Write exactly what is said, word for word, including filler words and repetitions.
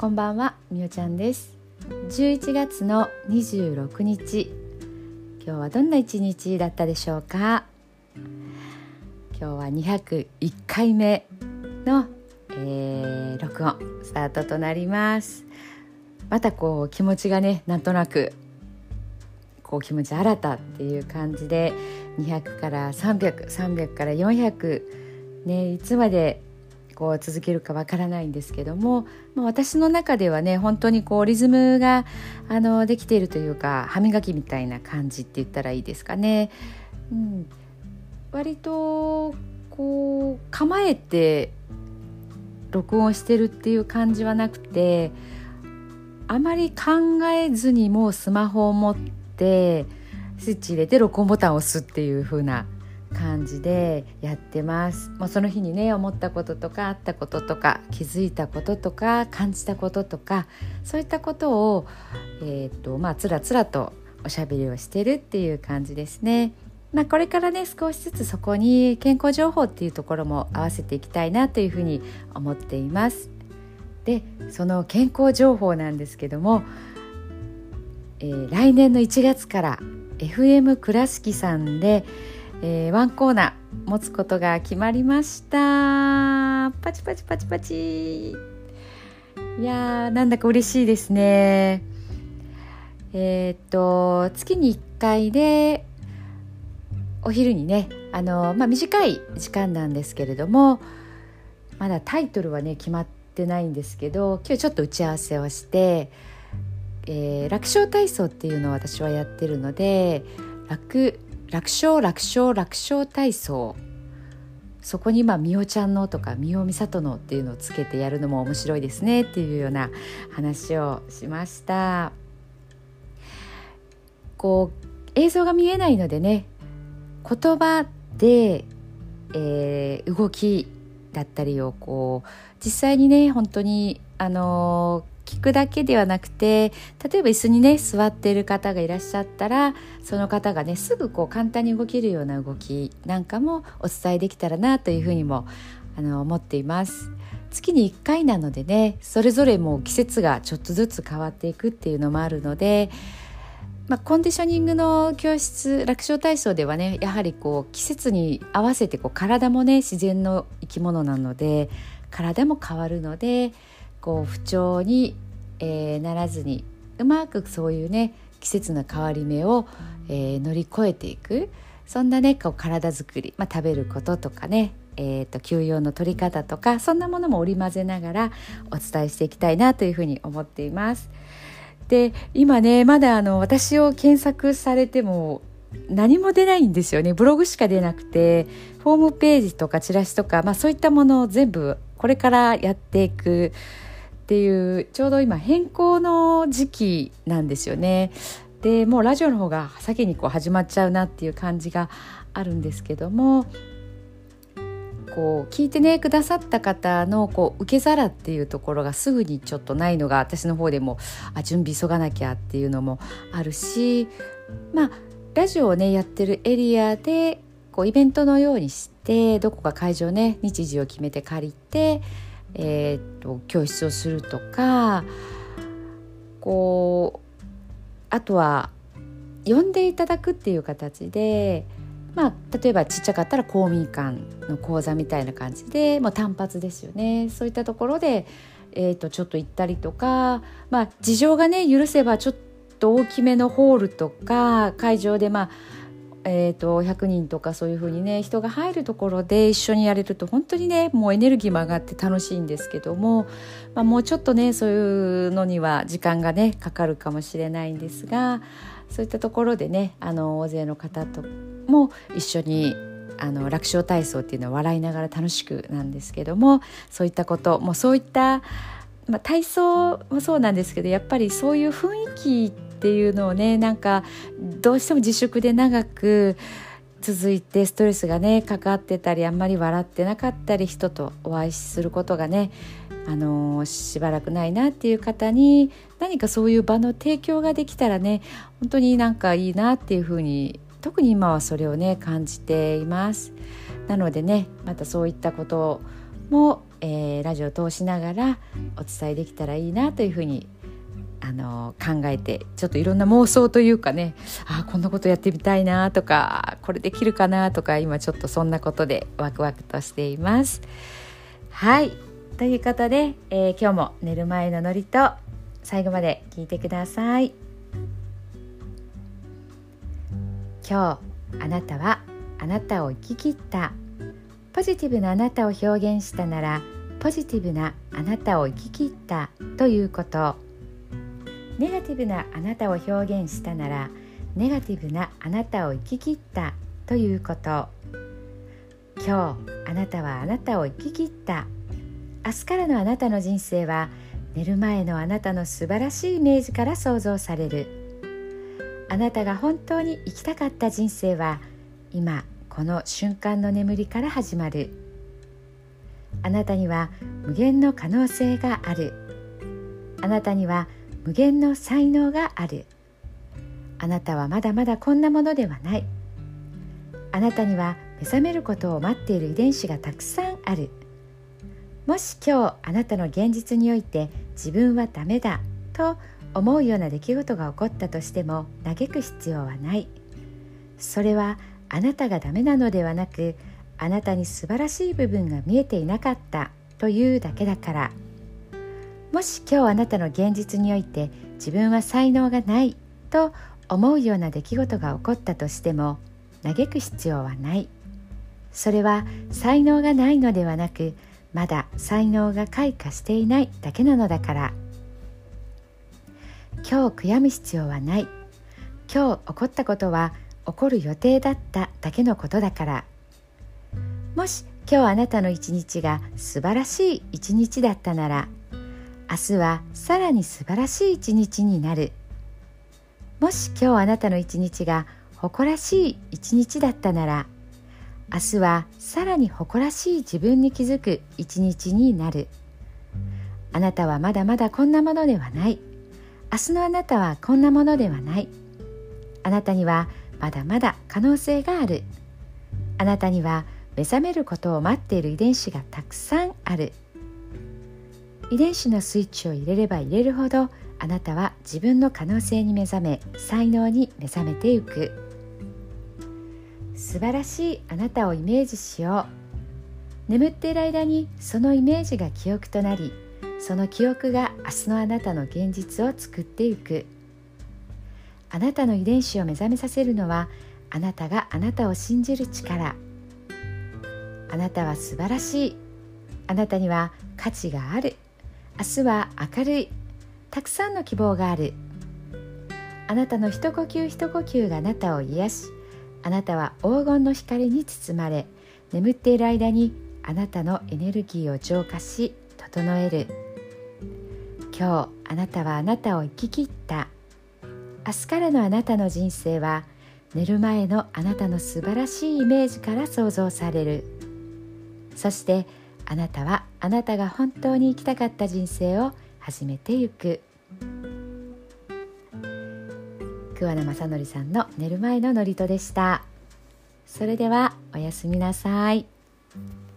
こんばんは、みおちゃんです。じゅういちがつのにじゅうろくにち、今日はどんな一日だったでしょうか。今日はにひゃくいっかいめの、えー、録音スタートとなります。またこう気持ちがね、なんとなくこう気持ち新たっていう感じで、にひゃくからさんびゃく、さんびゃくからよんひゃく、ね、いつまでこう続けるかわからないんですけども、まあ、私の中ではね、本当にこうリズムがあのできているというか、歯磨きみたいな感じって言ったらいいですかね。うん、割とこう構えて録音してるっていう感じはなくて、あまり考えずにもうスマホを持ってスイッチ入れて録音ボタンを押すっていう風な感じでやってます。もうその日にね、思ったこととかあったこととか気づいたこととか感じたこととか、そういったことを、えーとまあ、つらつらとおしゃべりをしてるっていう感じですね。まあ、これからね、少しずつそこに健康情報っていうところも合わせていきたいなというふうに思っています。で、その健康情報なんですけども、えー、来年のいちがつから エフエム 倉敷さんでえー、ワンコーナー持つことが決まりました。パチパチパチパチ。いやー、なんだか嬉しいですね。えー、っと月にいっかいでお昼にね、あの、まあ、短い時間なんですけれども、まだタイトルはね決まってないんですけど、今日ちょっと打ち合わせをして、えー、楽勝体操っていうのを私はやってるので、楽楽勝楽勝楽勝体操、そこにまあみおちゃんのとかみおみさとのっていうのをつけてやるのも面白いですねっていうような話をしました。こう映像が見えないのでね、言葉で、えー、動きだったりをこう実際にね、本当にあのー聞くだけではなくて、例えば椅子にね座っている方がいらっしゃったら、その方がねすぐこう簡単に動けるような動きなんかもお伝えできたらなというふうにもあの思っています。月にいっかいなのでね、それぞれもう季節がちょっとずつ変わっていくっていうのもあるので、まあ、コンディショニングの教室、楽勝体操ではね、やはりこう季節に合わせてこう体もね自然の生き物なので、体も変わるので、こう不調に、えー、ならずにうまくそういうね季節の変わり目を、えー、乗り越えていく、そんなねこう体づくり、まあ、食べることとかね、えー、と休養の取り方とか、そんなものも織り交ぜながらお伝えしていきたいなというふうに思っています。で、今ねまだあの私を検索されても何も出ないんですよね。ブログしか出なくて、ホームページとかチラシとか、まあ、そういったものを全部これからやっていくっていう、ちょうど今変更の時期なんですよね。で、もうラジオの方が先にこう始まっちゃうなっていう感じがあるんですけども、こう聞いてねくださった方のこう受け皿っていうところがすぐにちょっとないのが、私の方でもあ準備急がなきゃっていうのもあるし、まあラジオをねやってるエリアでこうイベントのようにして、どこか会場ね日時を決めて借りて、えー、と教室をするとか、こうあとは呼んでいただくっていう形で、まあ、例えばちっちゃかったら公民館の講座みたいな感じで、もう単発ですよね。そういったところで、えー、とちょっと行ったりとか、まあ、事情がね許せばちょっと大きめのホールとか会場で、まあえー、とひゃくにんとかそういう風にね人が入るところで一緒にやれると本当にねもうエネルギーも上がって楽しいんですけども、まあ、もうちょっとねそういうのには時間がねかかるかもしれないんですが、そういったところでねあの大勢の方とも一緒にあの楽勝体操っていうのは笑いながら楽しくなんですけども、そういったこともうそういった、まあ、体操もそうなんですけど、やっぱりそういう雰囲気っていうのをね、なんかどうしても自粛で長く続いてストレスがねかかってたり、あんまり笑ってなかったり、人とお会いすることがね、あのー、しばらくないなっていう方に何かそういう場の提供ができたらね、本当になんかいいなっていうふうに、特に今はそれをね感じています。なのでね、またそういったことも、えー、ラジオを通しながらお伝えできたらいいなというふうにあの考えて、ちょっといろんな妄想というかね、あこんなことやってみたいなとか、これできるかなとか、今ちょっとそんなことでワクワクとしています。はい、ということで、えー、今日も寝る前の祝詞、最後まで聞いてください。今日あなたはあなたを生き切った。ポジティブなあなたを表現したなら、ポジティブなあなたを生き切ったということ。ネガティブなあなたを表現したなら、ネガティブなあなたを生き切ったということ。今日あなたはあなたを生き切った。明日からのあなたの人生は、寝る前のあなたの素晴らしいイメージから想像される。あなたが本当に生きたかった人生は、今この瞬間の眠りから始まる。あなたには無限の可能性がある。あなたには無限の才能がある。あなたはまだまだこんなものではない。あなたには目覚めることを待っている遺伝子がたくさんある。もし今日あなたの現実において自分はダメだと思うような出来事が起こったとしても、嘆く必要はない。それはあなたがダメなのではなく、あなたに素晴らしい部分が見えていなかったというだけだから。もし今日あなたの現実において自分は才能がないと思うような出来事が起こったとしても、嘆く必要はない。それは才能がないのではなく、まだ才能が開花していないだけなのだから。今日悔やむ必要はない。今日起こったことは起こる予定だっただけのことだから。もし今日あなたの一日が素晴らしい一日だったなら、明日はさらに素晴らしい一日になる。もし今日あなたの一日が誇らしい一日だったなら、明日はさらに誇らしい自分に気づく一日になる。あなたはまだまだこんなものではない。明日のあなたはこんなものではない。あなたにはまだまだ可能性がある。あなたには目覚めることを待っている遺伝子がたくさんある。遺伝子のスイッチを入れれば入れるほど、あなたは自分の可能性に目覚め、才能に目覚めていく。素晴らしいあなたをイメージしよう。眠っている間にそのイメージが記憶となり、その記憶が明日のあなたの現実を作っていく。あなたの遺伝子を目覚めさせるのは、あなたがあなたを信じる力。あなたは素晴らしい。あなたには価値がある。明日は明るい。たくさんの希望がある。あなたの一呼吸一呼吸があなたを癒し、あなたは黄金の光に包まれ、眠っている間にあなたのエネルギーを浄化し、整える。今日あなたはあなたを生き切った。明日からのあなたの人生は、寝る前のあなたの素晴らしいイメージから想像される。そしてあなたはあなたが本当に生きたかった人生を始めてゆく。桑名正則さんの寝る前の祝詞でした。それではおやすみなさい。